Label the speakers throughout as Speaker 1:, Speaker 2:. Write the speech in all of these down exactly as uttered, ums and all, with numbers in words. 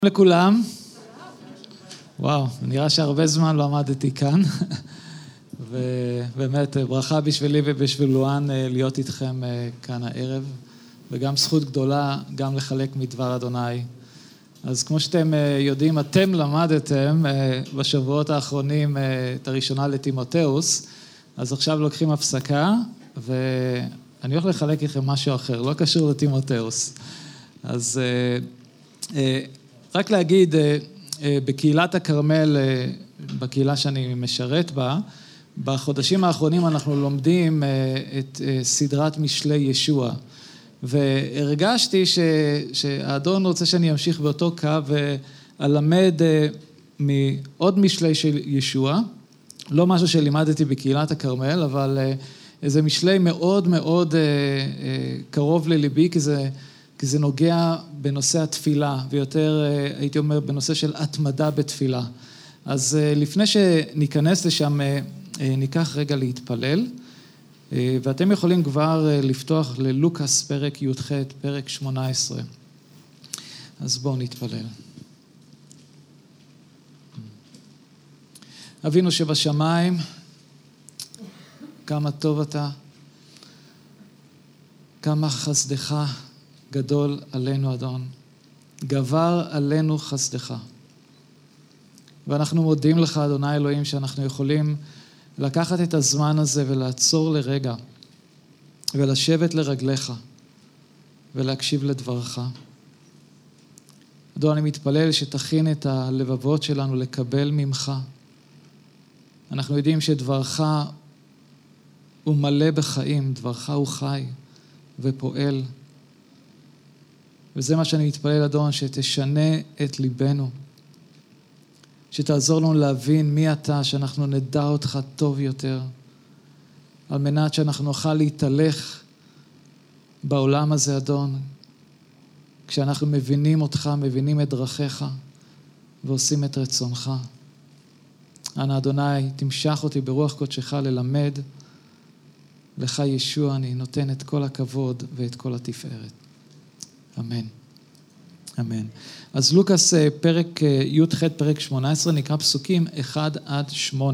Speaker 1: לכולם. וואו, נראה שהרבה זמן לא עמדתי כאן. ובאמת ברכה בשבילי ובשביל לואן להיות איתכם כאן הערב, וגם זכות גדולה גם לחלק מדבר אדוני. אז כמו שאתם יודעים, אתם למדתם בשבועות האחרונים את הראשונה לתימותאוס, אז עכשיו לוקחים הפסקה, ואני הולך לחלק איתכם משהו אחר, לא קשור לתימותאוס. אז רק להגיד, בקהילת הכרמל, בקהילה שאני משרת בה, בחודשים האחרונים אנחנו לומדים את סדרת משלי ישוע, והרגשתי ש, שהאדון רוצה שאני אמשיך באותו קו ואלמד מעוד משלי של ישוע, לא משהו שלימדתי בקהילת הכרמל, אבל איזה משלי מאוד מאוד קרוב לליבי, כי זה כי זה נוגע בנושא התפילה, ויותר הייתי אומר בנושא של התמדה בתפילה. אז לפני שניכנס לשם, ניקח רגע להתפלל, ואתם יכולים כבר לפתוח ללוקס פרק י"ח, פרק שמונה עשרה. אז בואו נתפלל. אבינו שבשמיים, כמה טוב אתה, כמה חסדך גדול עלינו אדון, גבר עלינו חסדך. ואנחנו מודים לך אדוני אלוהים שאנחנו יכולים לקחת את הזמן הזה ולעצור לרגע, ולשבת לרגליך, ולהקשיב לדברך. אדון, אני מתפלל שתכין את הלבבות שלנו לקבל ממך. אנחנו יודעים שדברך הוא מלא בחיים, דברך הוא חי ופועל. וזה מה שאני מתפלל, אדון, שתשנה את ליבנו, שתעזור לנו להבין מי אתה, שאנחנו נדע אותך טוב יותר, על מנת שאנחנו נוכל להתהלך בעולם הזה, אדון, כשאנחנו מבינים אותך, מבינים את דרכיך, ועושים את רצונך. אנא אדוני, תמשך אותי ברוח קודשך ללמד, לך ישוע אני נותן את כל הכבוד ואת כל התפארת. אמן. אמן. אז לוקס פרק י"ח, פרק שמונה עשרה, נקרא פסוקים אחד עד שמונה.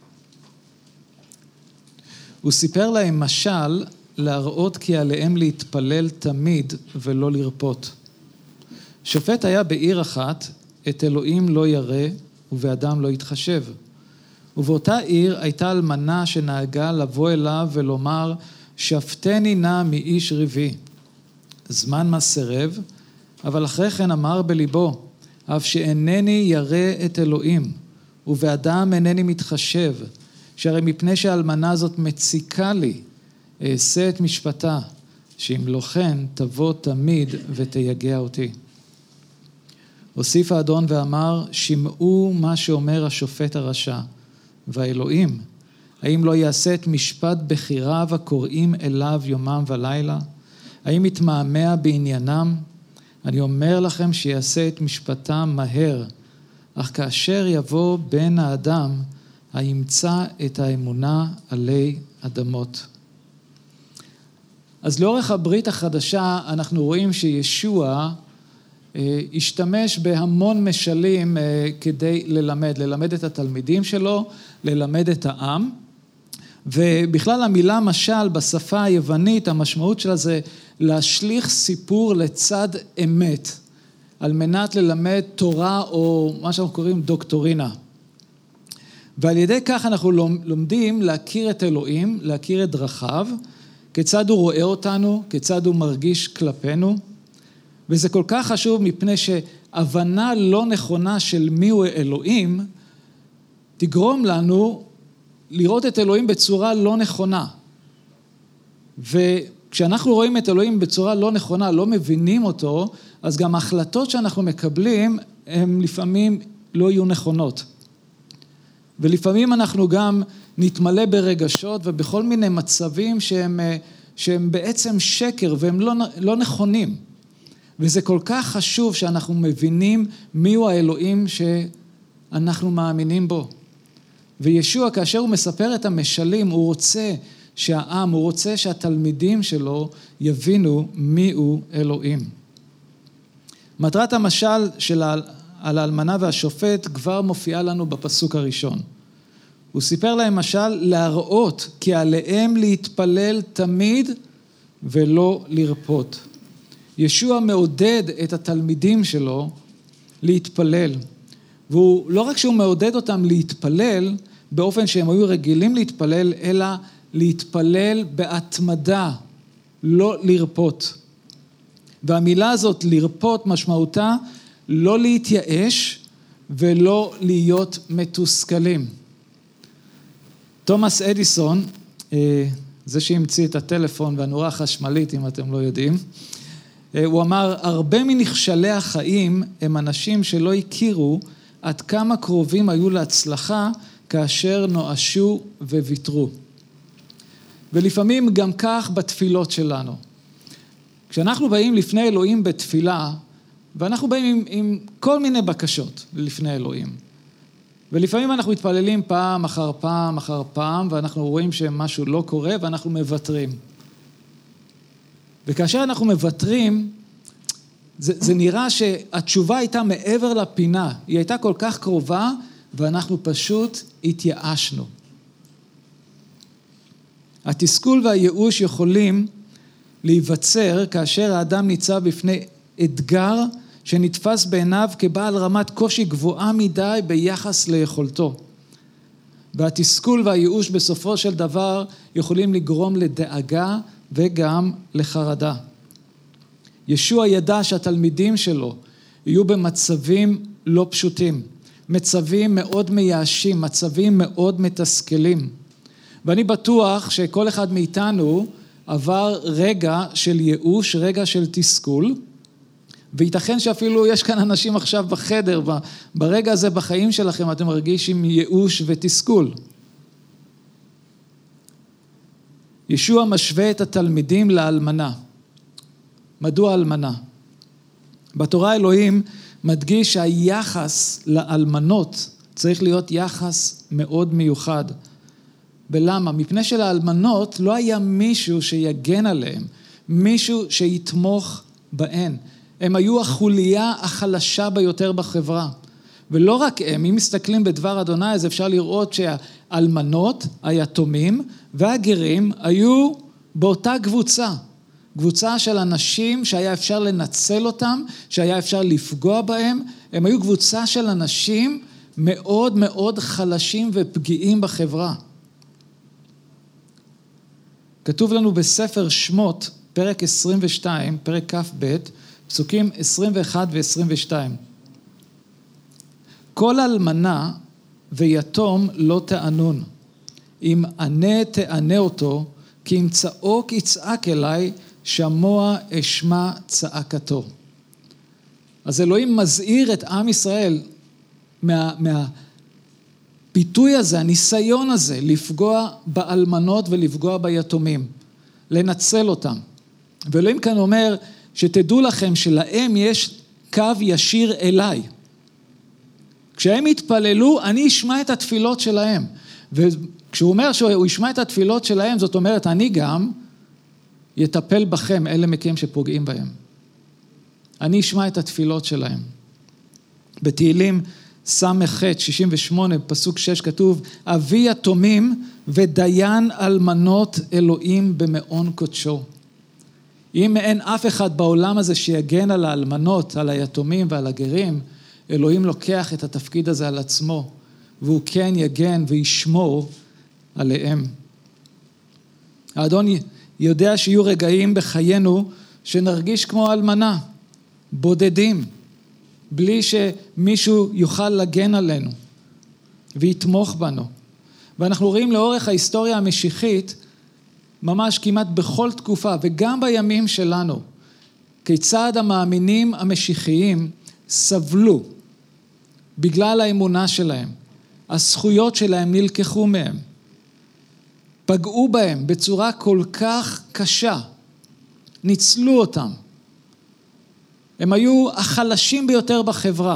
Speaker 1: הוא סיפר להם משל להראות כי עליהם להתפלל תמיד ולא לרפות. שופט היה בעיר אחת, את אלוהים לא ירא ובאדם לא יתחשב. ובאותה עיר הייתה אלמנה שנהגה לבוא אליו ולומר, שפטני נא מאיש ריבי. זמן מה סירב, אבל אחרי כן אמר בליבו, אף שאינני ירא את אלוהים, ובאדם אינני מתחשב, שהרי מפני שהאלמנה הזאת מציקה לי, אעשה את משפטה, שאם לא כן תבוא תמיד ותייגע אותי. הוסיף האדון ואמר, שמעו מה שאומר השופט הרשע, והאלוהים, האם לא יעשה את משפט בחיריו הקוראים אליו יומם ולילה? האם מתמהמה בעניינם? אני אומר לכם שיעשה את משפטם מהר, אך כאשר יבוא בן האדם, הימצא את האמונה עלי אדמות. אז לאורך הברית החדשה אנחנו רואים שישוע אה, השתמש בהמון משלים אה, כדי ללמד, ללמד את התלמידים שלו, ללמד את העם, ובכלל המילה משל בשפה היוונית, המשמעות שלה זה להשליך סיפור לצד אמת, על מנת ללמד תורה או מה שאנחנו קוראים דוקטורינה. ועל ידי כך אנחנו לומדים להכיר את אלוהים, להכיר את דרכיו, כיצד הוא רואה אותנו, כיצד הוא מרגיש כלפינו, וזה כל כך חשוב מפני שהבנה לא נכונה של מיהו אלוהים, תגרום לנו לראות את אלוהים בצורה לא נכונה. וכשאנחנו רואים את אלוהים בצורה לא נכונה, לא מבינים אותו, אז גם ההחלטות שאנחנו מקבלים, הן לפעמים לא יהיו נכונות. ולפעמים אנחנו גם נתמלא ברגשות ובכל מיני מצבים שהם, שהם בעצם שקר והם לא, לא נכונים. וזה כל כך חשוב שאנחנו מבינים מיהו האלוהים שאנחנו מאמינים בו. וישוע כאשר הוא מספר את המשלים, הוא רוצה שהעם, הוא רוצה שהתלמידים שלו יבינו מיהו אלוהים. מטרת המשל של על האלמנה והשופט כבר מופיעה לנו בפסוק הראשון. הוא סיפר להם משל להראות כי עליהם להתפלל תמיד ולא לרפות. ישוע מעודד את התלמידים שלו להתפלל. והוא לא רק שהוא מעודד אותם להתפלל באופן שהם היו רגילים להתפלל, אלא להתפלל בהתמדה, לא לרפות. והמילה הזאת לרפות משמעותה לא להתייאש ולא להיות מתוסכלים. תומאס אדיסון, זה שהמציא את הטלפון והנורה החשמלית, אם אתם לא יודעים, הוא אמר, הרבה מנכשלי החיים הם אנשים שלא הכירו עד כמה קרובים היו להצלחה כאשר נואשו וויתרו. ולפעמים גם כך בתפילות שלנו. כשאנחנו באים לפני אלוהים בתפילה, ואנחנו באים עם, עם כל מיני בקשות לפני אלוהים. ולפעמים אנחנו מתפללים פעם אחר פעם אחר פעם, ואנחנו רואים שמשהו לא קורה, ואנחנו מבטרים. וכאשר אנחנו מבטרים, זה, זה נראה שהתשובה הייתה מעבר לפינה, היא הייתה כל כך קרובה, ואנחנו פשוט התייאשנו. התסכול והייאוש יכולים להיווצר כאשר האדם ניצב בפני אתגר שנתפס בעיניו כבעל רמת קושי גבוהה מדי ביחס ליכולתו. והתסכול והייאוש בסופו של דבר יכולים לגרום לדאגה וגם לחרדה. ישוע ידע שהתלמידים שלו יהיו במצבים לא פשוטים, מצבים מאוד מייאשים, מצבים מאוד מתסכלים. ואני בטוח שכל אחד מאיתנו עבר רגע של ייאוש, רגע של תסכול, וייתכן שאפילו יש כאן אנשים עכשיו בחדר, ברגע הזה בחיים שלכם אתם מרגישים ייאוש ותסכול. ישוע משווה את התלמידים לאלמנה. מדוע אלמנה? בתורה אלוהים מדגיש שהיחס לאלמנות צריך להיות יחס מאוד מיוחד. ולמה? מפני שלאלמנות לא היה מישהו שיגן עליהם, מישהו שיתמוך בהן. הם היו החוליה החלשה ביותר בחברה. ולא רק הם, אם מסתכלים בדבר אדוני, אז אפשר לראות שהאלמנות, היתומים והגרים היו באותה קבוצה. קבוצה של אנשים שהיה אפשר לנצל אותם, שהיה אפשר לפגוע בהם. הם היו קבוצה של אנשים מאוד מאוד חלשים ופגיעים בחברה. כתוב לנו בספר שמות, פרק עשרים ושתיים, פרק כף ב', פסוקים עשרים ואחת ו-עשרים ושתיים. כל אלמנה ויתום לא תענון. אם ענה תענה אותו, כי אם צעוק יצעק אליי, שמוע אשמע צעקתו. אז אלוהים מזהיר את עם ישראל מה, מהפיתוי הזה, הניסיון הזה, לפגוע באלמנות ולפגוע ביתומים, לנצל אותם. ואלוהים כאן אומר, שתדעו לכם שלהם יש קו ישיר אליי. כשהם יתפללו, אני אשמע את התפילות שלהם. וכשהוא אומר שהוא ישמע את התפילות שלהם, זאת אומרת, אני גם יטפל בכם, אלה מכם שפוגעים בהם. אני אשמע את התפילות שלהם. בתהילים סמ"ח שישים ושמונה, פסוק שש, כתוב, אבי יתומים ודיין אלמנות אלוהים במעון קודשו. אם אין אף אחד בעולם הזה שיגן על האלמנות, על היתומים ועל הגרים, אלוהים לוקח את התפקיד הזה על עצמו, והוא כן יגן וישמור עליהם. האדון יודע שיהיו רגעים בחיינו שנרגיש כמו אלמנה, בודדים, בלי שמישהו יוכל לגן עלינו ויתמוך בנו. ואנחנו רואים לאורך ההיסטוריה המשיחית, ממש כמעט בכל תקופה וגם בימים שלנו, כיצד המאמינים המשיחיים סבלו בגלל האמונה שלהם. הזכויות שלהם נלקחו מהם. פגעו בהם בצורה כל כך קשה. ניצלו אותם. הם היו החלשים ביותר בחברה.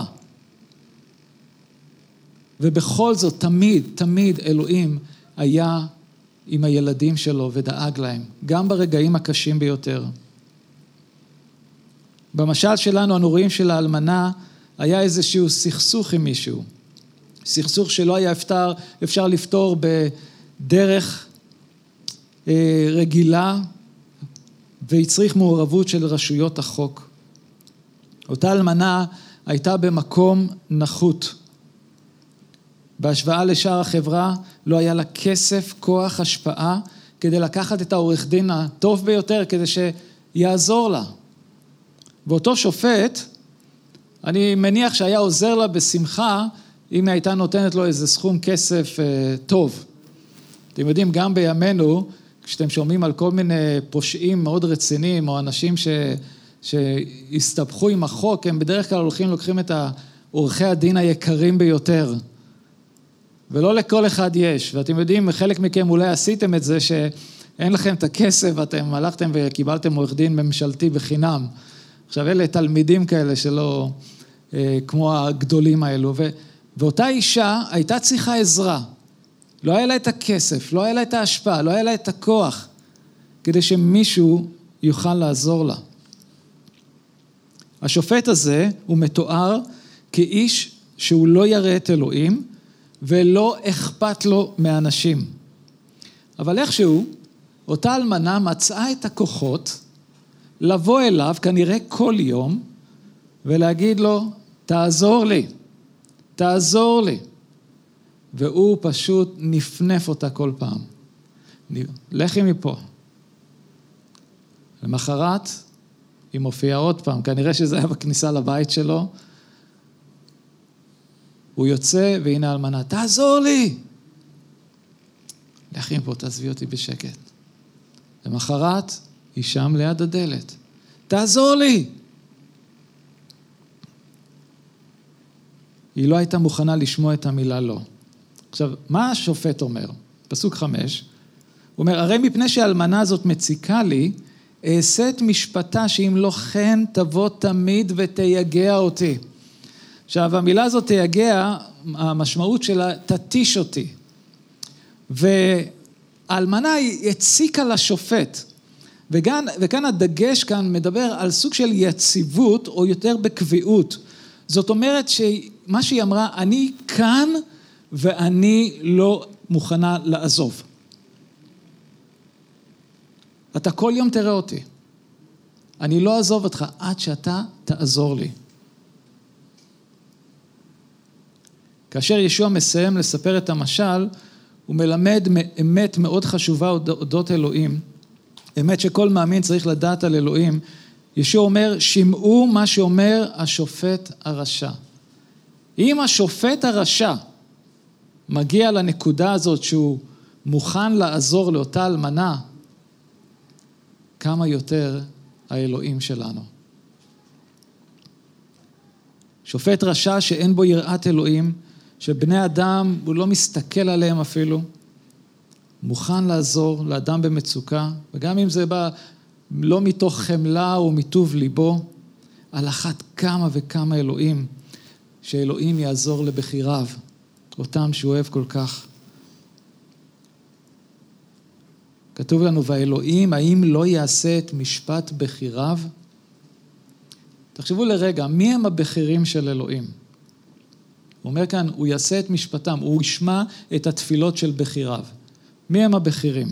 Speaker 1: ובכל זאת תמיד, תמיד אלוהים היה עם הילדים שלו ודאג להם, גם ברגעים הקשים ביותר. במשל שלנו, אנו רואים שלאלמנה היה איזשהו סכסוך עם מישהו. סכסוך שלא היה אפשר, אפשר לפתור בדרך אה, רגילה, והצריך מעורבות של רשויות החוק. אותה אלמנה הייתה במקום נחות. בהשוואה לשאר החברה, לא היה לה כסף, כוח, השפעה, כדי לקחת את העורך דין הטוב ביותר, כדי שיעזור לה. ואותו שופט, אני מניח שהיה עוזר לה בשמחה, אם הייתה נותנת לו איזה סכום כסף אה, טוב. אתם יודעים, גם בימינו, כשאתם שומעים על כל מיני פושעים מאוד רציניים, או אנשים ש, שהסתבכו עם החוק, הם בדרך כלל הולכים, לוקחים את עורכי הדין היקרים ביותר. ולא לכל אחד יש. ואתם יודעים, חלק מכם אולי עשיתם את זה, שאין לכם את הכסף, ואתם הלכתם וקיבלתם עורך דין ממשלתי בחינם. עכשיו, אלה תלמידים כאלה שלא, אה, כמו הגדולים האלו. ו, ואותה אישה הייתה צריכה עזרה. לא היה לה את הכסף, לא היה לה את ההשפעה, לא היה לה את הכוח, כדי שמישהו יוכל לעזור לה. השופט הזה הוא מתואר כאיש שהוא לא ירא את אלוהים, ולא אכפת לו מאנשים. אבל איכשהו, אותה אלמנה מצאה את הכוחות, לבוא אליו כנראה כל יום, ולהגיד לו, תעזור לי, תעזור לי. והוא פשוט נפנף אותה כל פעם. לכי מפה. למחרת, היא מופיעה עוד פעם, כנראה שזה היה בכניסה לבית שלו, הוא יוצא, והנה אלמנה, תעזור לי! לכי מפה, תעזבי אותי בשקט. למחרת, היא שם ליד הדלת. תעזור לי! היא לא הייתה מוכנה לשמוע את המילה לא. עכשיו, מה השופט אומר? פסוק חמש, הוא אומר, הרי מפני שהאלמנה הזאת מציקה לי, אעשה את משפטה שאם לא כן תבוא תמיד ותייגע אותי. עכשיו, המילה הזאת תייגע, המשמעות שלה תתיש אותי. והאלמנה היא הציקה לשופט. וכאן, וכאן הדגש כאן מדבר על סוג של יציבות או יותר בקביעות. זאת אומרת שמה שהיא אמרה, אני כאן ואני לא מוכנה לעזוב. אתה כל יום תראה אותי. אני לא אעזוב אותך עד שאתה תעזור לי. כאשר ישוע מסיים לספר את המשל, הוא מלמד אמת מאוד חשובה אודות אלוהים. אמת שכל מאמין צריך לדעת על אלוהים. ישוע אומר, שמעו מה שאומר השופט הרשע. אם השופט הרשע מגיע לנקודה הזאת שהוא מוכן לעזור לאותה אלמנה, כמה יותר האלוהים שלנו. שופט רשע שאין בו יראת אלוהים, שבני אדם הוא לא מסתכל עליהם אפילו, מוכן לעזור לאדם במצוקה, וגם אם זה בא לא מתוך חמלה או מטוב ליבו, על אחת כמה וכמה אלוהים, שאלוהים יעזור לבחיריו, אותם שהוא אוהב כל כך. כתוב לנו, והאלוהים, האם לא יעשה את משפט בחיריו? תחשבו לרגע, מי הם הבחירים של אלוהים? הוא אומר כאן, הוא יעשה את משפטם, הוא ישמע את התפילות של בחיריו. מי הם הבחירים?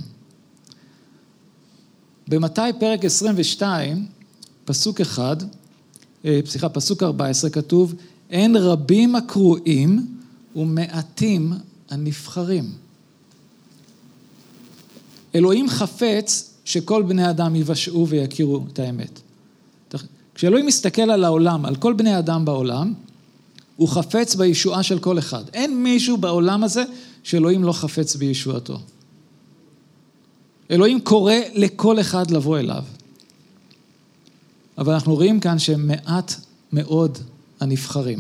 Speaker 1: במתי פרק עשרים ושתיים, פסוק אחד, סליחה, פסוק ארבע עשרה כתוב, אין רבים הקרואים ומעטים הנבחרים. אלוהים חפץ שכל בני אדם יבשעו ויכירו את האמת. כשאלוהים מסתכל על העולם, על כל בני אדם בעולם, הוא חפץ בישועה של כל אחד. אין מישהו בעולם הזה שאלוהים לא חפץ בישועתו. אלוהים קורא לכל אחד לבוא אליו. אבל אנחנו רואים כאן שמעט מאוד הנבחרים.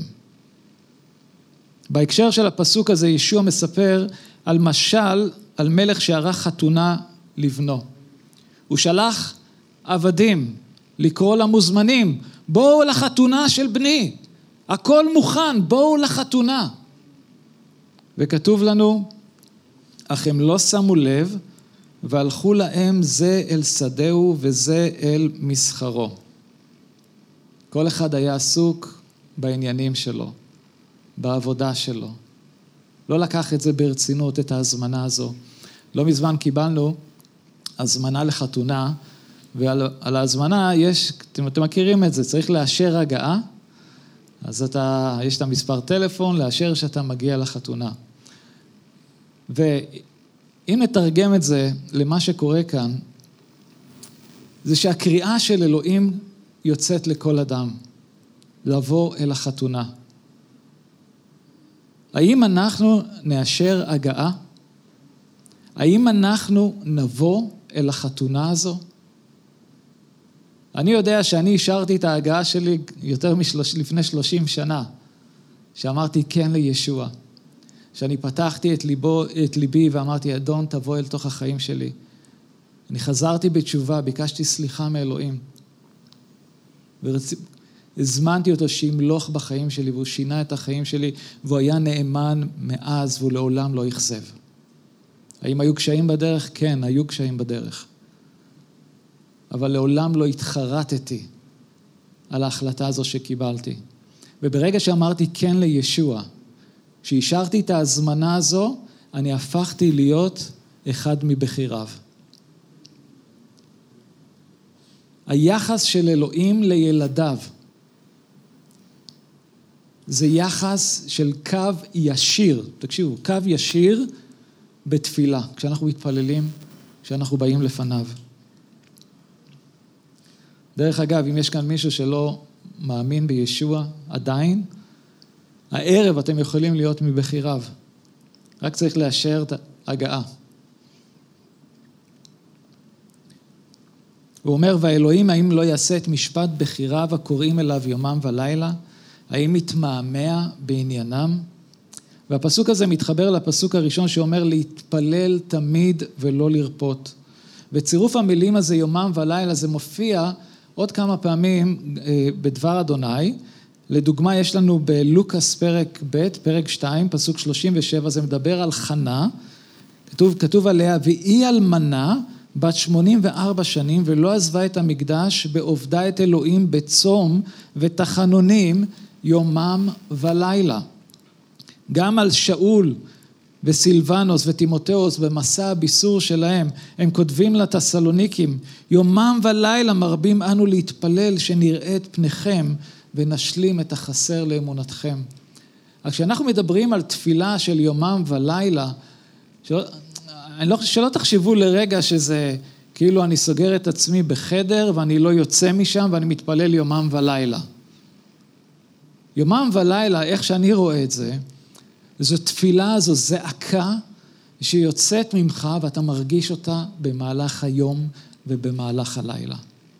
Speaker 1: בהקשר של הפסוק הזה, ישוע מספר על משל, על מלך שערך חתונה לבנו. הוא שלח עבדים לקרוא למוזמנים, בואו לחתונה של בני, הכל מוכן, בואו לחתונה. וכתוב לנו, אך הם לא שמו לב, והלכו להם זה אל שדהו וזה אל מסחרו. כל אחד היה עסוק בעניינים שלו, בעבודה שלו. לא לקח את זה ברצינות, את ההזמנה הזו. לא מזמן קיבלנו הזמנה לחתונה, ועל על ההזמנה יש, אתם, אתם מכירים את זה, צריך לאשר הגעה, אז אתה, יש את המספר טלפון, לאשר שאתה מגיע לחתונה. ואם נתרגם את זה למה שקורה כאן, זה שהקריאה של אלוהים יוצאת לכל אדם, לבוא אל החתונה. האם אנחנו נאשר הגעה? האם אנחנו נבוא אל החתונה הזו? אני יודע שאני אישרתי את ההגעה שלי יותר משלוש, לפני שלושים שנה, שאמרתי כן לישוע, שאני פתחתי את, ליבו, את ליבי ואמרתי, אדון תבוא אל תוך החיים שלי. אני חזרתי בתשובה, ביקשתי סליחה מאלוהים, והזמנתי אותו שימלוך בחיים שלי, והוא שינה את החיים שלי, והוא היה נאמן מאז, והוא לעולם לא יחזב. האם היו קשיים בדרך? כן, היו קשיים בדרך. אבל לעולם לא התחרטתי על ההחלטה הזו שקיבלתי. וברגע שאמרתי כן לישוע, שהשארתי את ההזמנה הזו, אני הפכתי להיות אחד מבחיריו. היחס של אלוהים לילדיו, זה יחס של קו ישיר, תקשיבו, קו ישיר בתפילה, כשאנחנו מתפללים, כשאנחנו באים לפניו. דרך אגב, אם יש כאן מישהו שלא מאמין בישוע עדיין, הערב אתם יכולים להיות מבחיריו. רק צריך לאשר את ההגעה. הוא אומר, והאלוהים האם לא יעשה את משפט בחיריו הקוראים אליו יומם ולילה? האם מתמהמה בעניינם? והפסוק הזה מתחבר לפסוק הראשון שאומר להתפלל תמיד ולא לרפות. וצירוף המילים הזה יומם ולילה זה מופיע עוד כמה פעמים בדבר אדוני. לדוגמה יש לנו בלוקס פרק ב', פרק שתיים, פסוק שלושים ושבע, זה מדבר על חנה, כתוב, כתוב עליה, והיא אלמנה בת שמונים וארבע שנים, ולא עזבה את המקדש, בעובדה את אלוהים בצום ותחנונים יומם ולילה. גם על שאול וסילבנוס וטימותאוס במסע הביסור שלהם, הם כותבים לתסלוניקים, יומם ולילה מרבים אנו להתפלל שנראה את פניכם ונשלים את החסר לאמונתכם. אז כשאנחנו מדברים על תפילה של יומם ולילה, שלא, אני לא, שלא תחשבו לרגע שזה כאילו אני סוגר את עצמי בחדר ואני לא יוצא משם ואני מתפלל יומם ולילה. יומם ולילה, איך שאני רואה את זה, זו תפילה, זו זעקה שיוצאת ממך ואתה מרגיש אותה במהלך היום ובמהלך הלילה.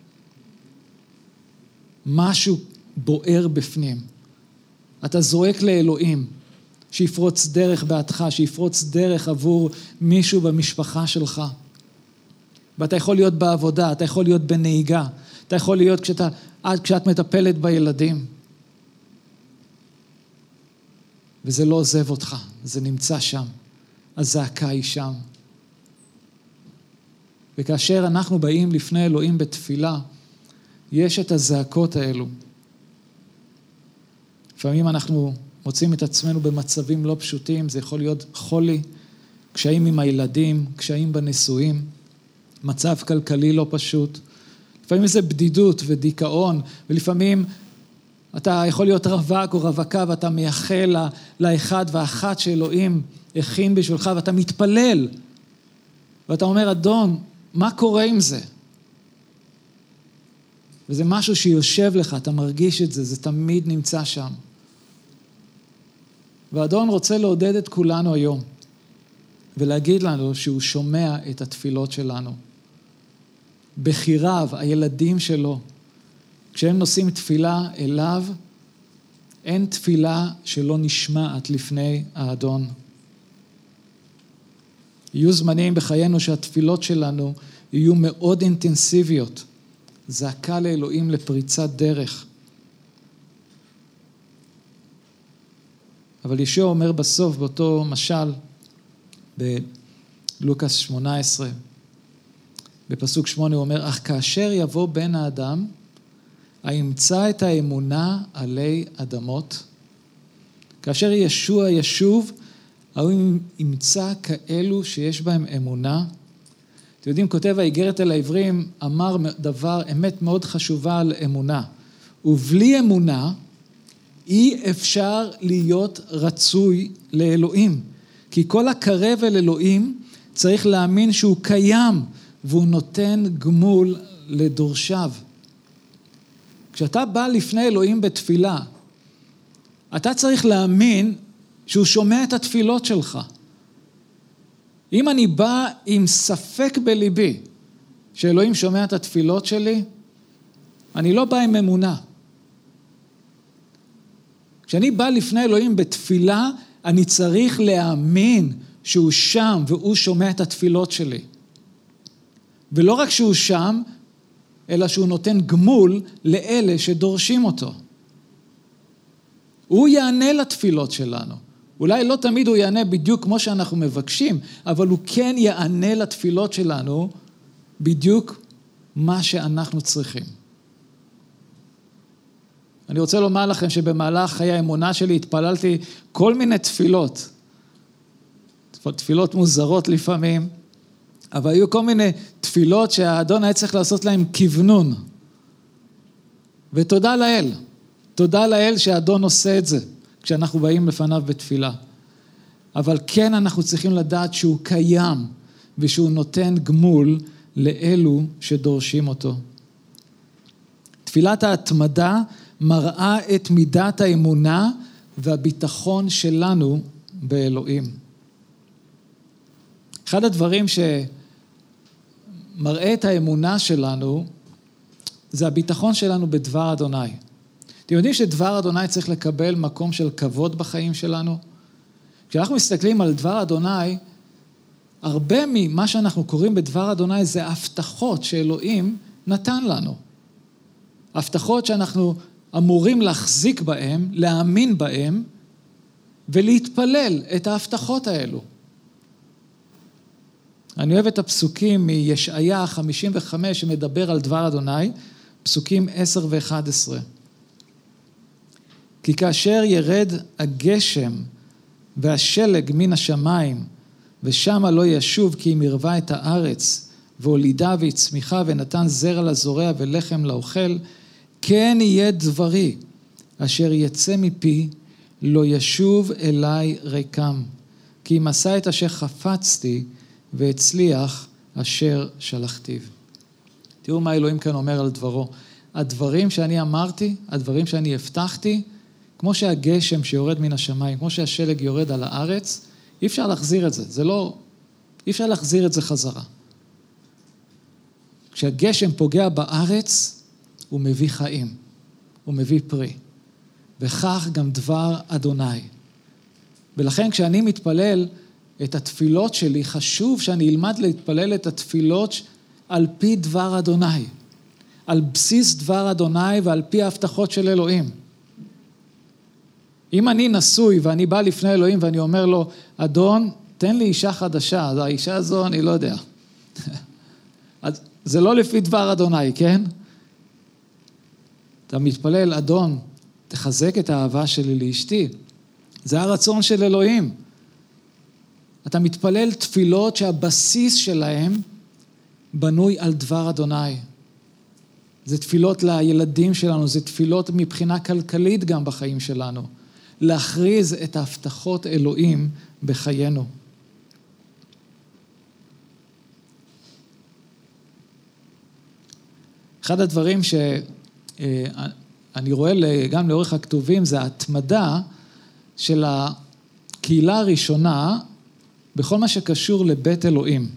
Speaker 1: משהו בוער בפנים. אתה זורק לאלוהים שיפרוץ דרך בעדך, שיפרוץ דרך עבור מישהו במשפחה שלך. ואתה יכול להיות בעבודה, אתה יכול להיות בנהיגה, אתה יכול להיות כשאתה, כשאת מטפלת בילדים. וזה לא עוזב אותך, זה נמצא שם. הזעקה היא שם. וכאשר אנחנו באים לפני אלוהים בתפילה, יש את הזעקות האלו. לפעמים אנחנו מוצאים את עצמנו במצבים לא פשוטים, זה יכול להיות חולי, קשיים עם הילדים, קשיים בנישואים, מצב כלכלי לא פשוט. לפעמים זה בדידות ודיכאון, ולפעמים אתה יכול להיות רווק או רווקה, ואתה מייחל לאחד ואחת שאלוהים הכין בשבילך, ואתה מתפלל, ואתה אומר, אדון, מה קורה עם זה? וזה משהו שיושב לך, אתה מרגיש את זה, זה תמיד נמצא שם. ואדון רוצה לעודד את כולנו היום, ולהגיד לנו שהוא שומע את התפילות שלנו. בחיריו, הילדים שלו, כשהם נושאים תפילה אליו, אין תפילה שלא נשמעת לפני האדון. יהיו זמנים בחיינו שהתפילות שלנו יהיו מאוד אינטנסיביות. זעקה לאלוהים לפריצת דרך. אבל ישוע אומר בסוף, באותו משל, בלוקס שמונה עשרה, בפסוק שמונה הוא אומר, אך כאשר יבוא בן האדם, האמצא את האמונה עלי אדמות? כאשר ישוע ישוב, הוא ימצא כאלו שיש בהם אמונה. אתם יודעים, כותב האיגרת אל העברים, אמר דבר, אמת מאוד חשובה על אמונה. ובלי אמונה, אי אפשר להיות רצוי לאלוהים. כי כל הקרב אל אלוהים צריך להאמין שהוא קיים, והוא נותן גמול לדורשיו. כשאתה בא לפני אלוהים בתפילה, אתה צריך להאמין שהוא שומע את התפילות שלך. אם אני בא עם ספק בליבי שאלוהים שומע את התפילות שלי, אני לא בא עם אמונה. כשאני בא לפני אלוהים בתפילה, אני צריך להאמין שהוא שם והוא שומע את התפילות שלי. ולא רק שהוא שם, אלא שהוא נותן גמול לאלה שדורשים אותו. הוא יענה לתפילות שלנו. אולי לא תמיד הוא יענה בדיוק כמו שאנחנו מבקשים, אבל הוא כן יענה לתפילות שלנו בדיוק מה שאנחנו צריכים. אני רוצה לומר לכם שבמהלך חיי האמונה שלי התפללתי כל מיני תפילות. תפילות מוזרות לפעמים, אבל היו כל מיני תפילות שהאדון היה צריך לעשות להם כוונון. ותודה לאל. תודה לאל שהאדון עושה את זה, כשאנחנו באים לפניו בתפילה. אבל כן אנחנו צריכים לדעת שהוא קיים, ושהוא נותן גמול לאלו שדורשים אותו. תפילת ההתמדה מראה את מידת האמונה והביטחון שלנו באלוהים. אחד הדברים שמראה את האמונה שלנו, זה הביטחון שלנו בדבר אדוני. אתם יודעים שדבר אדוני צריך לקבל מקום של כבוד בחיים שלנו? כשאנחנו מסתכלים על דבר אדוני, הרבה ממה שאנחנו קוראים בדבר אדוני זה הבטחות שאלוהים נתן לנו. הבטחות שאנחנו אמורים להחזיק בהם, להאמין בהם, ולהתפלל את ההבטחות האלו. אני אוהב את הפסוקים מישעיה חמישים וחמש שמדבר על דבר אדוני, פסוקים עשר ואחת עשרה. כי כאשר ירד הגשם והשלג מן השמיים, ושמה לא ישוב כי אם ירבה את הארץ, והולידה והצמיחה ונתן זרע לזורע ולחם לאוכל, כן יהיה דברי, אשר יצא מפי, לא ישוב אליי ריקם, כי אם עשה את אשר חפצתי, והצליח אשר שלחתיו. תראו מה אלוהים כאן אומר על דברו. הדברים שאני אמרתי, הדברים שאני הבטחתי, כמו שהגשם שיורד מן השמיים, כמו שהשלג יורד על הארץ, אי אפשר להחזיר את זה. זה לא, אי אפשר להחזיר את זה חזרה. כשהגשם פוגע בארץ, הוא מביא חיים, הוא מביא פרי. וכך גם דבר אדוני. ולכן כשאני מתפלל את התפילות שלי, חשוב שאני אלמד להתפלל את התפילות על פי דבר אדוני. על בסיס דבר אדוני ועל פי ההבטחות של אלוהים. אם אני נשוי ואני בא לפני אלוהים ואני אומר לו, אדון, תן לי אישה חדשה, אז האישה הזו אני לא יודע. אז זה לא לפי דבר אדוני, כן? אתה מתפלל, אדון, תחזק את האהבה שלי לאשתי. זה הרצון של אלוהים. אתה מתפלל תפילות שהבסיס שלהם בנוי על דבר אדוני. זה תפילות לילדים שלנו, זה תפילות מבחינה כלכלית גם בחיים שלנו. להכריז את ההבטחות אלוהים בחיינו. אחד הדברים שאני רואה גם לאורך הכתובים, זה ההתמדה של הקהילה הראשונה בכל מה שקשור לבית אלוהים.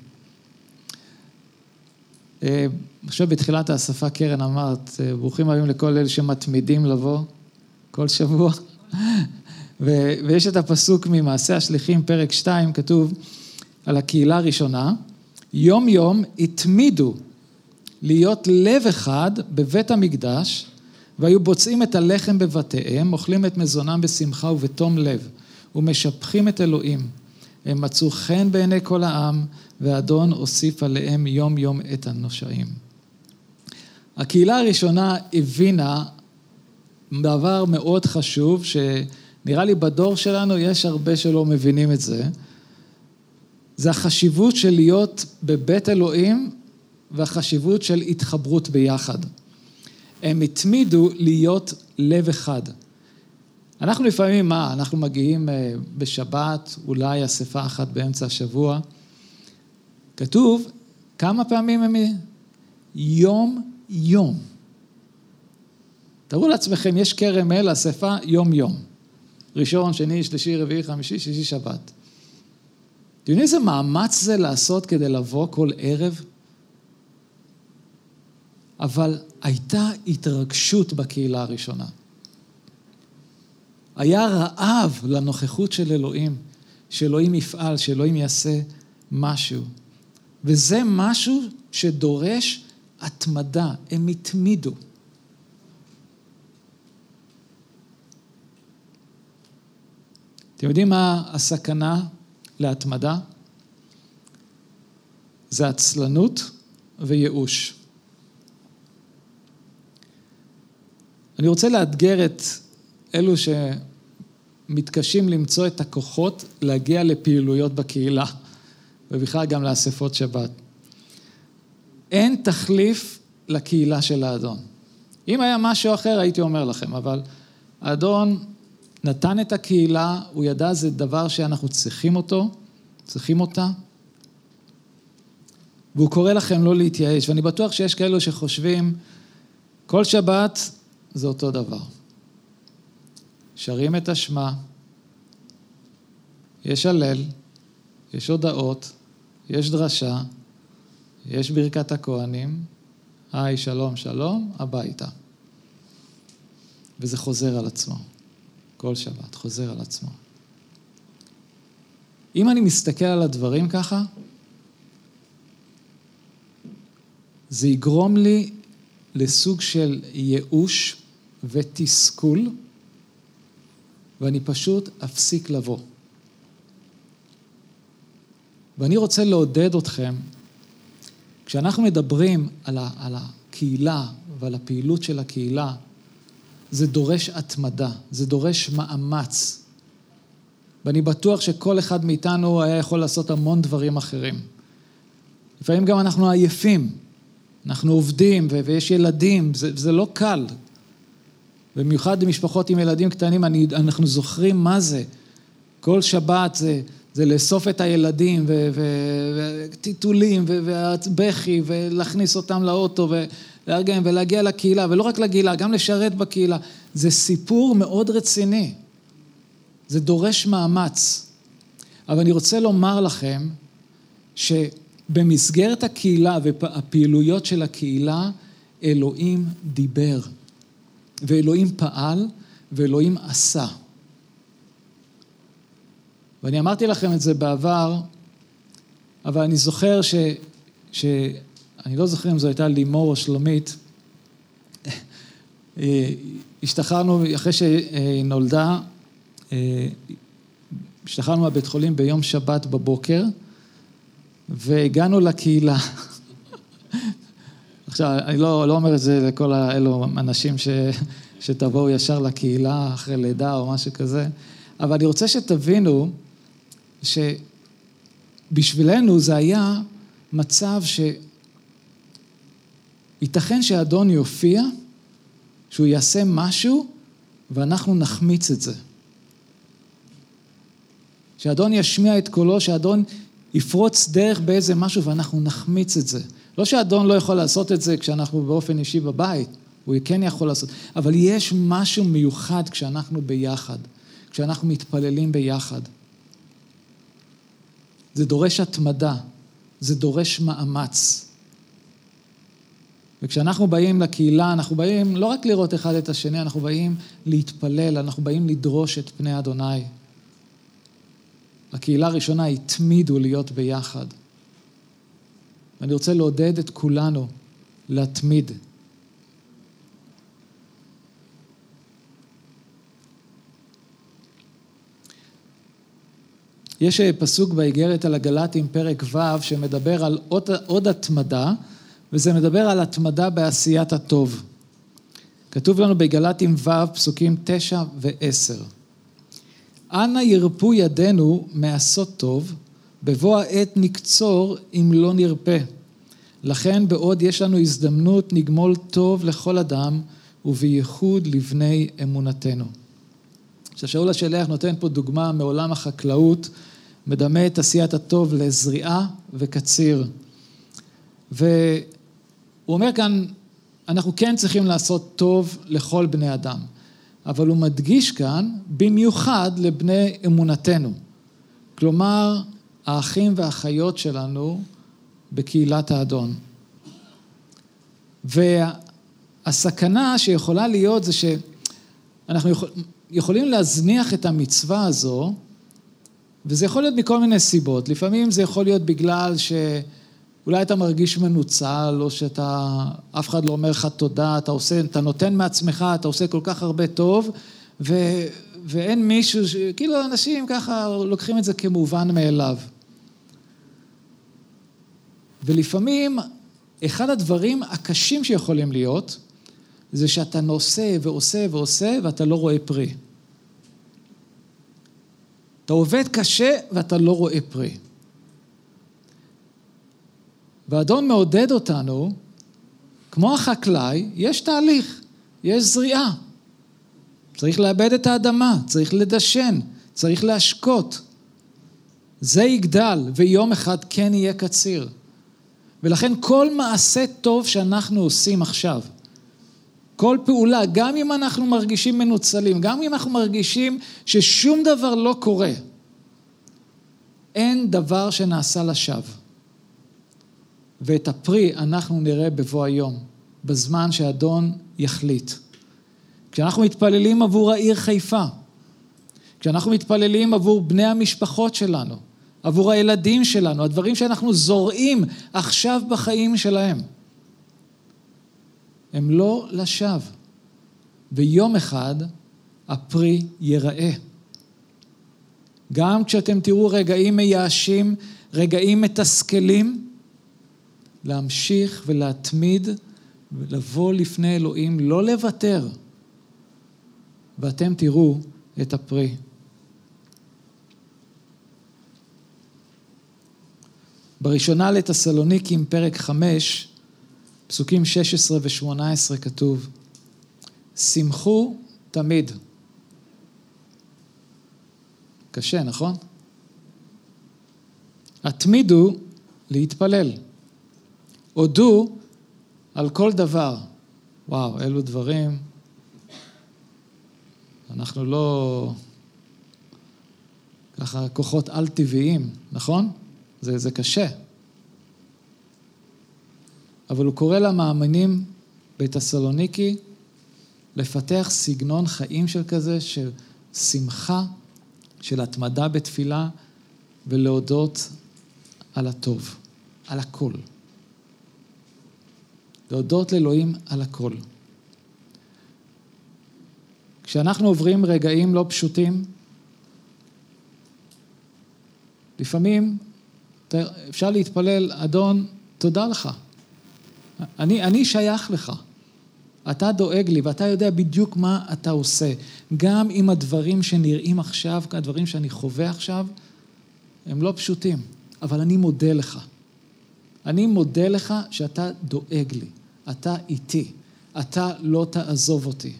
Speaker 1: עכשיו בתחילת האספה קרן אמרת, ברוכים הבאים לכל אלה שמתמידים לבוא כל שבוע. ויש את הפסוק ממעשה השליחים, פרק שתיים, כתוב על הקהילה הראשונה, יום יום התמידו להיות לב אחד בבית המקדש, והיו בוצעים את הלחם בבתיהם, אוכלים את מזונם בשמחה ובתום לב, ומשבחים את אלוהים. הם מצאו חן בעיני כל העם, והאדון הוסיף עליהם יום יום את הנושעים. הקהילה הראשונה הבינה דבר מאוד חשוב, שנראה לי בדור שלנו יש הרבה שלא מבינים את זה, זה החשיבות של להיות בבית אלוהים, והחשיבות של התחברות ביחד. הם התמידו להיות לב אחד. אנחנו לפעמים, מה? אנחנו מגיעים בשבת, אולי אספה אחת באמצע השבוע. כתוב, כמה פעמים הם יום יום. תראו לעצמכם, יש כרם אל אספה יום יום. ראשון, שני, שלישי, רביעי, חמישי, שישי, שבת. אתם יודעים איזה מאמץ זה לעשות כדי לבוא כל ערב? אבל הייתה התרגשות בקהילה הראשונה. היה רעב לנוכחות של אלוהים, שאלוהים יפעל, שאלוהים יעשה משהו. וזה משהו שדורש התמדה, הם התמידו. אתם יודעים מה הסכנה להתמדה? זה עצלנות וייאוש. אני רוצה לאתגר את אלו שמתקשים למצוא את הכוחות להגיע לפעילויות בקהילה, ובכלל גם לאספות שבת. אין תחליף לקהילה של האדון. אם היה משהו אחר הייתי אומר לכם, אבל האדון נתן את הקהילה, הוא ידע זה דבר שאנחנו צריכים אותו, צריכים אותה, והוא קורא לכם לא להתייאש, ואני בטוח שיש כאלו שחושבים, כל שבת זה אותו דבר. שרים את השמה, יש הלל, יש הודעות, יש דרשה, יש ברכת הכהנים, היי שלום שלום, הביתה. וזה חוזר על עצמו. כל שבת חוזר על עצמו. אם אני מסתכל על הדברים ככה, זה יגרום לי לסוג של ייאוש ותסכול, ואני פשוט אפסיק לבוא. ואני רוצה לעודד אתכם, כשאנחנו מדברים על, ה, על הקהילה ועל הפעילות של הקהילה, זה דורש התמדה, זה דורש מאמץ. ואני בטוח שכל אחד מאיתנו היה יכול לעשות המון דברים אחרים. לפעמים גם אנחנו עייפים, אנחנו עובדים ו- ויש ילדים, זה, זה לא קל. במיוחד במשפחות עם ילדים קטנים, אני, אנחנו זוכרים מה זה. כל שבת זה, זה לאסוף את הילדים וטיטולים ובכי ולהכניס אותם לאוטו ולארגן ולהגיע לקהילה, ולא רק לקהילה, גם לשרת בקהילה. זה סיפור מאוד רציני. זה דורש מאמץ. אבל אני רוצה לומר לכם שבמסגרת הקהילה והפעילויות של הקהילה, אלוהים דיבר. ואלוהים פעל ואלוהים עשה. ואני אמרתי לכם את זה בעבר, אבל אני זוכר ש... ש... אני לא זוכר אם זו הייתה לימור או שלומית, השתחררנו, אחרי שהיא נולדה, השתחררנו מהבית חולים ביום שבת בבוקר, והגענו לקהילה. עכשיו, אני לא, לא אומר את זה לכל האלו אנשים ש... שתבואו ישר לקהילה אחרי לידה או משהו כזה, אבל אני רוצה שתבינו שבשבילנו זה היה מצב שייתכן שהאדון יופיע, שהוא יעשה משהו ואנחנו נחמיץ את זה. שהאדון ישמיע את קולו, שהאדון יפרוץ דרך באיזה משהו ואנחנו נחמיץ את זה. לא שהאדון לא יכול לעשות את זה כשאנחנו באופן אישי בבית, הוא כן יכול לעשות, אבל יש משהו מיוחד כשאנחנו ביחד, כשאנחנו מתפללים ביחד. זה דורש התמדה, זה דורש מאמץ. וכשאנחנו באים לקהילה, אנחנו באים לא רק לראות אחד את השני, אנחנו באים להתפלל, אנחנו באים לדרוש את פני אדוני. הקהילה הראשונה התמידו להיות ביחד. ואני רוצה לעודד את כולנו להתמיד. יש פסוק באיגרת על הגלטים, פרק ו', שמדבר על עוד, עוד התמדה, וזה מדבר על התמדה בעשיית הטוב. כתוב לנו בגלתים ו' פסוקים תשע ועשר. אנא ירפו ידינו מעשות טוב, בבוא העת נקצור אם לא נרפה. לכן בעוד יש לנו הזדמנות נגמול טוב לכל אדם, ובייחוד לבני אמונתנו. עכשיו שאול השליח נותן פה דוגמה מעולם החקלאות, מדמה את עשיית הטוב לזריעה וקציר. והוא אומר כאן, אנחנו כן צריכים לעשות טוב לכל בני אדם, אבל הוא מדגיש כאן במיוחד לבני אמונתנו. כלומר, האחים והאחיות שלנו בקהילת האדון. והסכנה שיכולה להיות זה שאנחנו יכול, יכולים להזניח את המצווה הזו, וזה יכול להיות מכל מיני סיבות. לפעמים זה יכול להיות בגלל שאולי אתה מרגיש מנוצל, או שאתה, אף אחד לא אומר לך תודה, אתה עושה, אתה נותן מעצמך, אתה עושה כל כך הרבה טוב, ו, ואין מישהו, כאילו אנשים ככה לוקחים את זה כמובן מאליו. ולפעמים, אחד הדברים הקשים שיכולים להיות, זה שאתה נושא ועושה ועושה, ואתה לא רואה פרי. אתה עובד קשה, ואתה לא רואה פרי. והאדון מעודד אותנו, כמו החקלאי, יש תהליך, יש זריעה. צריך לאבד את האדמה, צריך לדשן, צריך להשקות. זה יגדל, ויום אחד כן יהיה קציר. ולכן כל מעשה טוב שאנחנו עושים עכשיו, כל פעולה, גם אם אנחנו מרגישים מנוצלים, גם אם אנחנו מרגישים ששום דבר לא קורה, אין דבר שנעשה לשווא. ואת הפרי אנחנו נראה בבוא היום, בזמן שהאדון יחליט. כשאנחנו מתפללים עבור העיר חיפה, כשאנחנו מתפללים עבור בני המשפחות שלנו, עבור הילדים שלנו, הדברים שאנחנו זורעים עכשיו בחיים שלהם, הם לא לשווא. ויום אחד הפרי ייראה. גם כשאתם תראו רגעים מייאשים, רגעים מתסכלים, להמשיך ולהתמיד ולבוא לפני אלוהים, לא לוותר. ואתם תראו את הפרי. בראשונה לתסלוניקים, פרק חמש, פסוקים שש עשרה ושמונה עשרה כתוב, שמחו תמיד. קשה, נכון? התמידו להתפלל. הודו על כל דבר. וואו, אלו דברים. אנחנו לא ככה כוחות על טבעיים, נכון? זה, זה קשה. אבל הוא קורא למאמינים בתסלוניקי לפתח סגנון חיים של כזה, של שמחה, של התמדה בתפילה, ולהודות על הטוב, על הכל. להודות לאלוהים על הכל. כשאנחנו עוברים רגעים לא פשוטים, לפעמים אפשר להתפלל, אדון, תודה לך. אני, אני שייך לך. אתה דואג לי, ואתה יודע בדיוק מה אתה עושה. גם אם הדברים שנראים עכשיו, הדברים שאני חווה עכשיו, הם לא פשוטים. אבל אני מודה לך. אני מודה לך שאתה דואג לי. אתה איתי. אתה לא תעזוב אותי.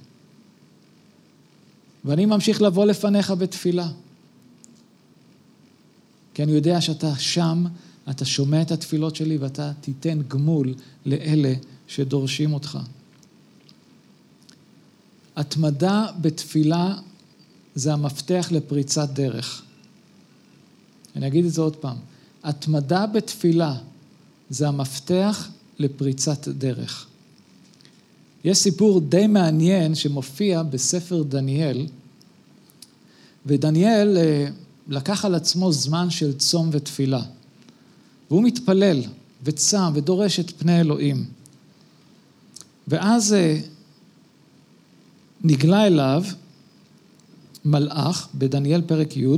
Speaker 1: ואני ממשיך לבוא לפניך בתפילה. כי אני יודע שאתה שם, אתה שומע את התפילות שלי, ואתה תיתן גמול לאלה שדורשים אותך. התמדה בתפילה זה המפתח לפריצת דרך. אני אגיד את זה עוד פעם. התמדה בתפילה זה המפתח לפריצת דרך. יש סיפור די מעניין שמופיע בספר דניאל, ודניאל לקח על עצמו זמן של צום ותפילה. והוא מתפלל וצם ודורש את פני אלוהים. ואז נגלה אליו מלאך בדניאל פרק י',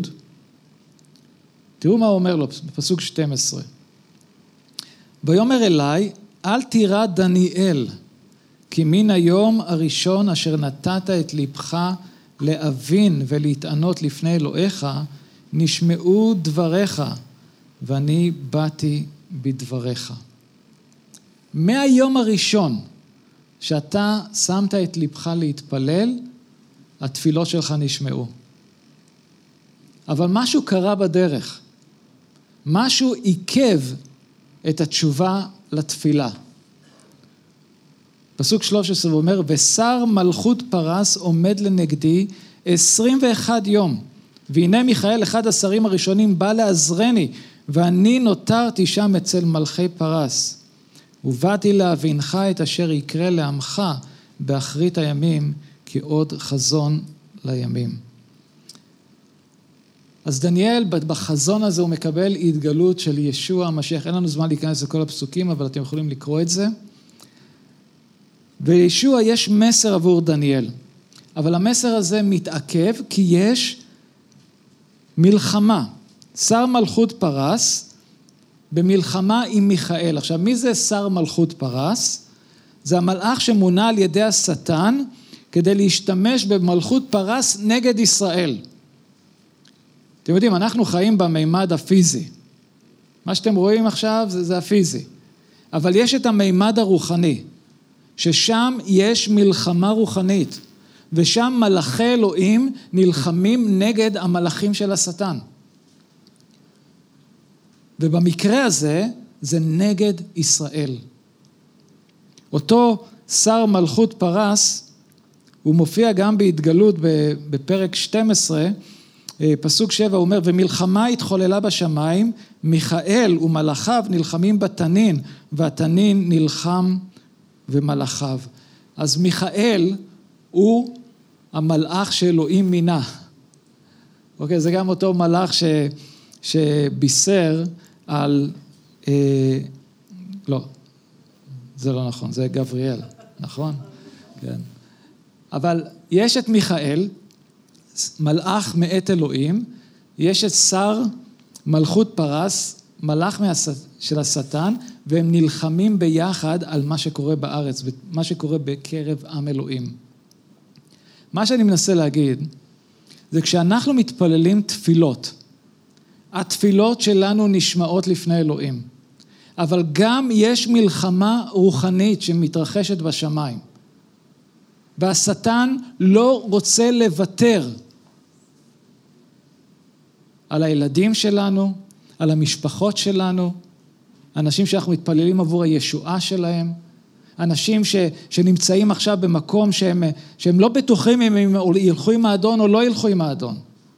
Speaker 1: תראו מה הוא אומר לו בפסוק שתים עשרה. ויאמר אליי, אל תירא דניאל, כי מן היום הראשון אשר נתת את לבך להבין ולהתענות לפני אלוהיך, נשמעו דבריך, ואני באתי בדבריך. מהיום הראשון שאתה שמת את לבך להתפלל, התפילות שלך נשמעו. אבל משהו קרה בדרך. משהו עיכב את התשובה לתפילה. פסוק שלוש עשרה אומר, ושר מלכות פרס עומד לנגדי עשרים ואחד יום, והנה מיכאל אחד השרים הראשונים בא לעזרני, ואני נותרתי שם אצל מלכי פרס. ובאתי להבינך את אשר יקרה לעמך באחרית הימים, כי עוד חזון לימים. אז דניאל בחזון הזה הוא מקבל התגלות של ישוע המשיח. אין לנו זמן להיכנס לכל הפסוקים, אבל אתם יכולים לקרוא את זה. וישוע יש מסר עבור דניאל, אבל המסר הזה מתעכב כי יש מלחמה. שר מלכות פרס במלחמה עם מיכאל. עכשיו, מי זה שר מלכות פרס? זה המלאך שמונה על ידי השטן כדי להשתמש במלכות פרס נגד ישראל. אתם יודעים, אנחנו חיים במימד הפיזי. מה שאתם רואים עכשיו זה, זה הפיזי. אבל יש את המימד הרוחני, ששם יש מלחמה רוחנית, ושם מלאכי אלוהים נלחמים נגד המלאכים של השטן. ובמקרה הזה, זה נגד ישראל. אותו שר מלכות פרס, הוא מופיע גם בהתגלות בפרק שתים עשרה, פסוק שבע, הוא אומר, ומלחמה התחוללה בשמיים, מיכאל ומלאכיו נלחמים בתנין, והתנין נלחם ומלאכיו. אז מיכאל הוא המלאך שאלוהים מינה. אוקיי, זה גם אותו מלאך ש, שבישר על, אה, לא, זה לא נכון, זה גבריאל, נכון? כן. אבל יש את מיכאל, מלאך מאת אלוהים, יש את שר מלכות פרס, מלאך של השטן, והם נלחמים ביחד על מה שקורה בארץ, מה שקורה בקרב עם אלוהים. מה שאני מנסה להגיד, זה כשאנחנו מתפללים תפילות, התפילות שלנו נשמעות לפני אלוהים, אבל גם יש מלחמה רוחנית שמתרחשת בשמיים, והשטן לא רוצה לוותר על הילדים שלנו, על המשפחות שלנו, אנשים שאנחנו מתפללים עבור הישועה שלהם, אנשים ש, שנמצאים עכשיו במקום שהם, שהם לא בטוחים אם הם ילכו עם האדון או לא ילכו עם האדון.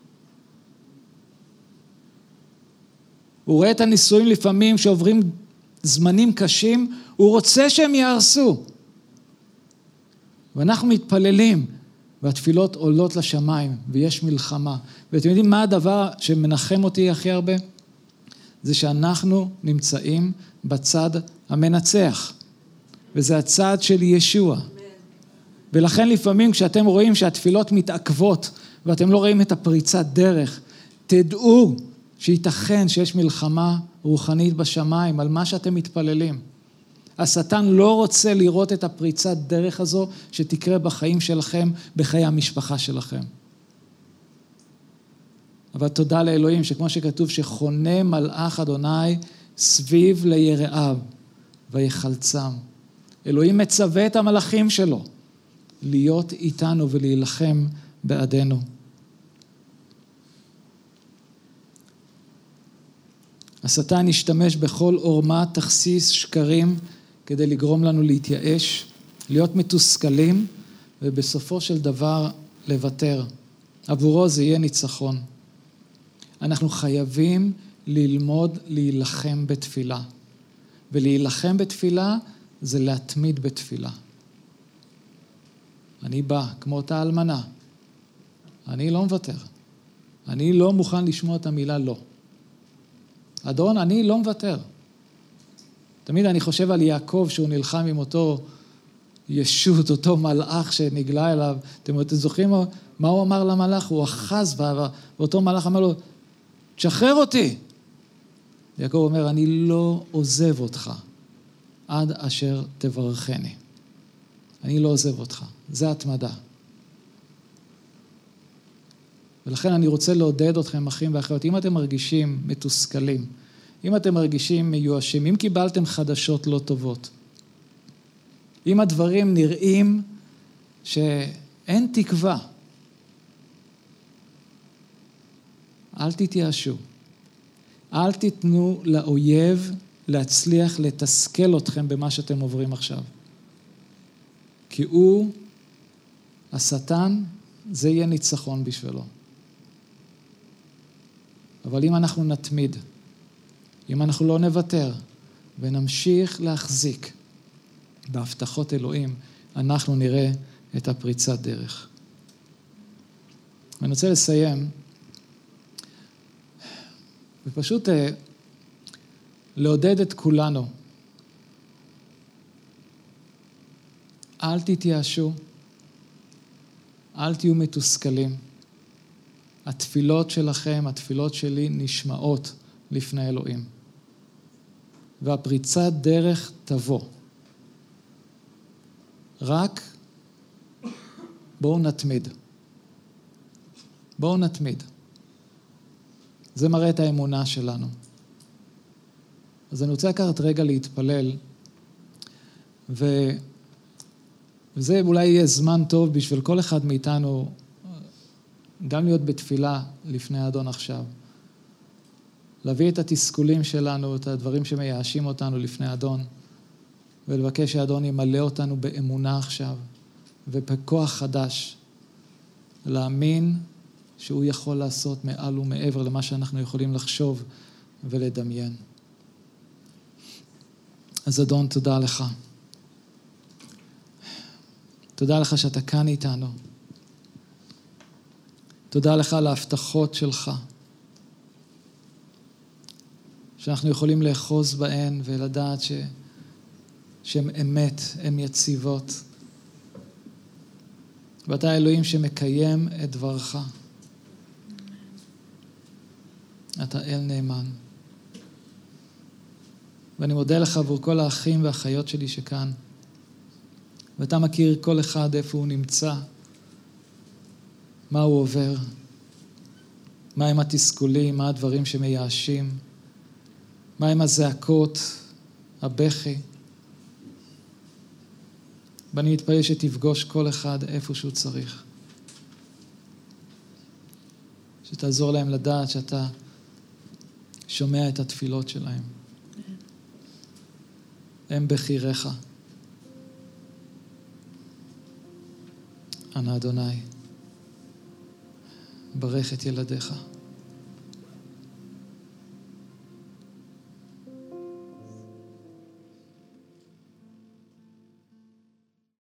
Speaker 1: הוא רואה את הניסויים לפעמים שעוברים זמנים קשים, הוא רוצה שהם יהרסו. ואנחנו מתפללים, והתפילות עולות לשמיים, ויש מלחמה. ואתם יודעים מה הדבר שמנחם אותי הכי הרבה? זה שאנחנו נמצאים בצד המנצח, וזה הצד של ישוע. ולכן לפעמים כשאתם רואים שהתפילות מתעכבות, ואתם לא רואים את הפריצת דרך, תדעו שייתכן שיש מלחמה רוחנית בשמיים על מה שאתם מתפללים. השטן לא רוצה לראות את הפריצת דרך הזו שתקרה בחיים שלכם, בחיי המשפחה שלכם. אבל תודה לאלוהים שכמו שכתוב שחונה מלאך אדוני סביב ליראיו ויחלצם. אלוהים מצווה את המלאכים שלו להיות איתנו ולהילחם בעדנו. השטן ישתמש בכל עורמה, תכסיס, שקרים, כדי לגרום לנו להתייאש, להיות מתוסכלים, ובסופו של דבר לוותר. עבורו זה יהיה ניצחון. אנחנו חייבים ללמוד להילחם בתפילה. ולהילחם בתפילה זה להתמיד בתפילה. אני בא, כמו אותה אלמנה. אני לא מוותר. אני לא מוכן לשמוע את המילה לא. אדון, אני לא מוותר. תמיד אני חושב על יעקב שהוא נלחם עם אותו ישות, אותו מלאך שנגלה אליו. אתם זוכרים מה הוא אמר למלאך? הוא אחז בה, ואותו מלאך אמר לו, תשחרר אותי. יעקב אומר, אני לא עוזב אותך, עד אשר תברכני. אני לא עוזב אותך. זה התמדה. ולכן אני רוצה לעודד אתכם, אחים ואחיות, אם אתם מרגישים מתוסכלים, אם אתם מרגישים מיואשים, אם קיבלתם חדשות לא טובות, אם הדברים נראים שאין תקווה, אל תתייאשו. אל תיתנו לאויב להצליח לתסכל אתכם במה שאתם עוברים עכשיו. כי הוא, השטן, זה יהיה ניצחון בשבילו. אבל אם אנחנו נתמיד, אם אנחנו לא נוותר ונמשיך להחזיק בהבטחות אלוהים, אנחנו נראה את הפריצת דרך. אני רוצה לסיים, ופשוט לעודד את כולנו. אל תתייאשו, אל תהיו מתוסכלים. התפילות שלכם, התפילות שלי נשמעות לפני אלוהים. והפריצת דרך תבוא. רק בואו נתמיד. בואו נתמיד. זה מראה את האמונה שלנו. אז אני רוצה לקחת רגע להתפלל, ו... וזה אולי יהיה זמן טוב בשביל כל אחד מאיתנו, גם להיות בתפילה לפני האדון עכשיו. להביא את התסכולים שלנו, את הדברים שמייאשים אותנו לפני האדון, ולבקש שהאדון ימלא אותנו באמונה עכשיו, ובכוח חדש, להאמין שהוא יכול לעשות מעל ומעבר למה שאנחנו יכולים לחשוב ולדמיין. אז אדון, תודה לך. תודה לך שאתה כאן איתנו. תודה לך על ההבטחות שלך, שאנחנו יכולים לאחוז בהן ולדעת ש... שהן אמת, הן יציבות. ואתה אלוהים שמקיים את דברך. אתה אל נאמן. ואני מודה לך עבור כל האחים והאחיות שלי שכאן. ואתה מכיר כל אחד איפה הוא נמצא, מה הוא עובר, מה הם התסכולים, מה הדברים שמייאשים, מה הם הזעקות, הבכי. ואני מתפלל שתפגוש כל אחד איפה שהוא צריך. שתעזור להם לדעת שאתה שומע את התפילות שלהם. הם בחיריך. אנא אדוני, ברך את ילדיך.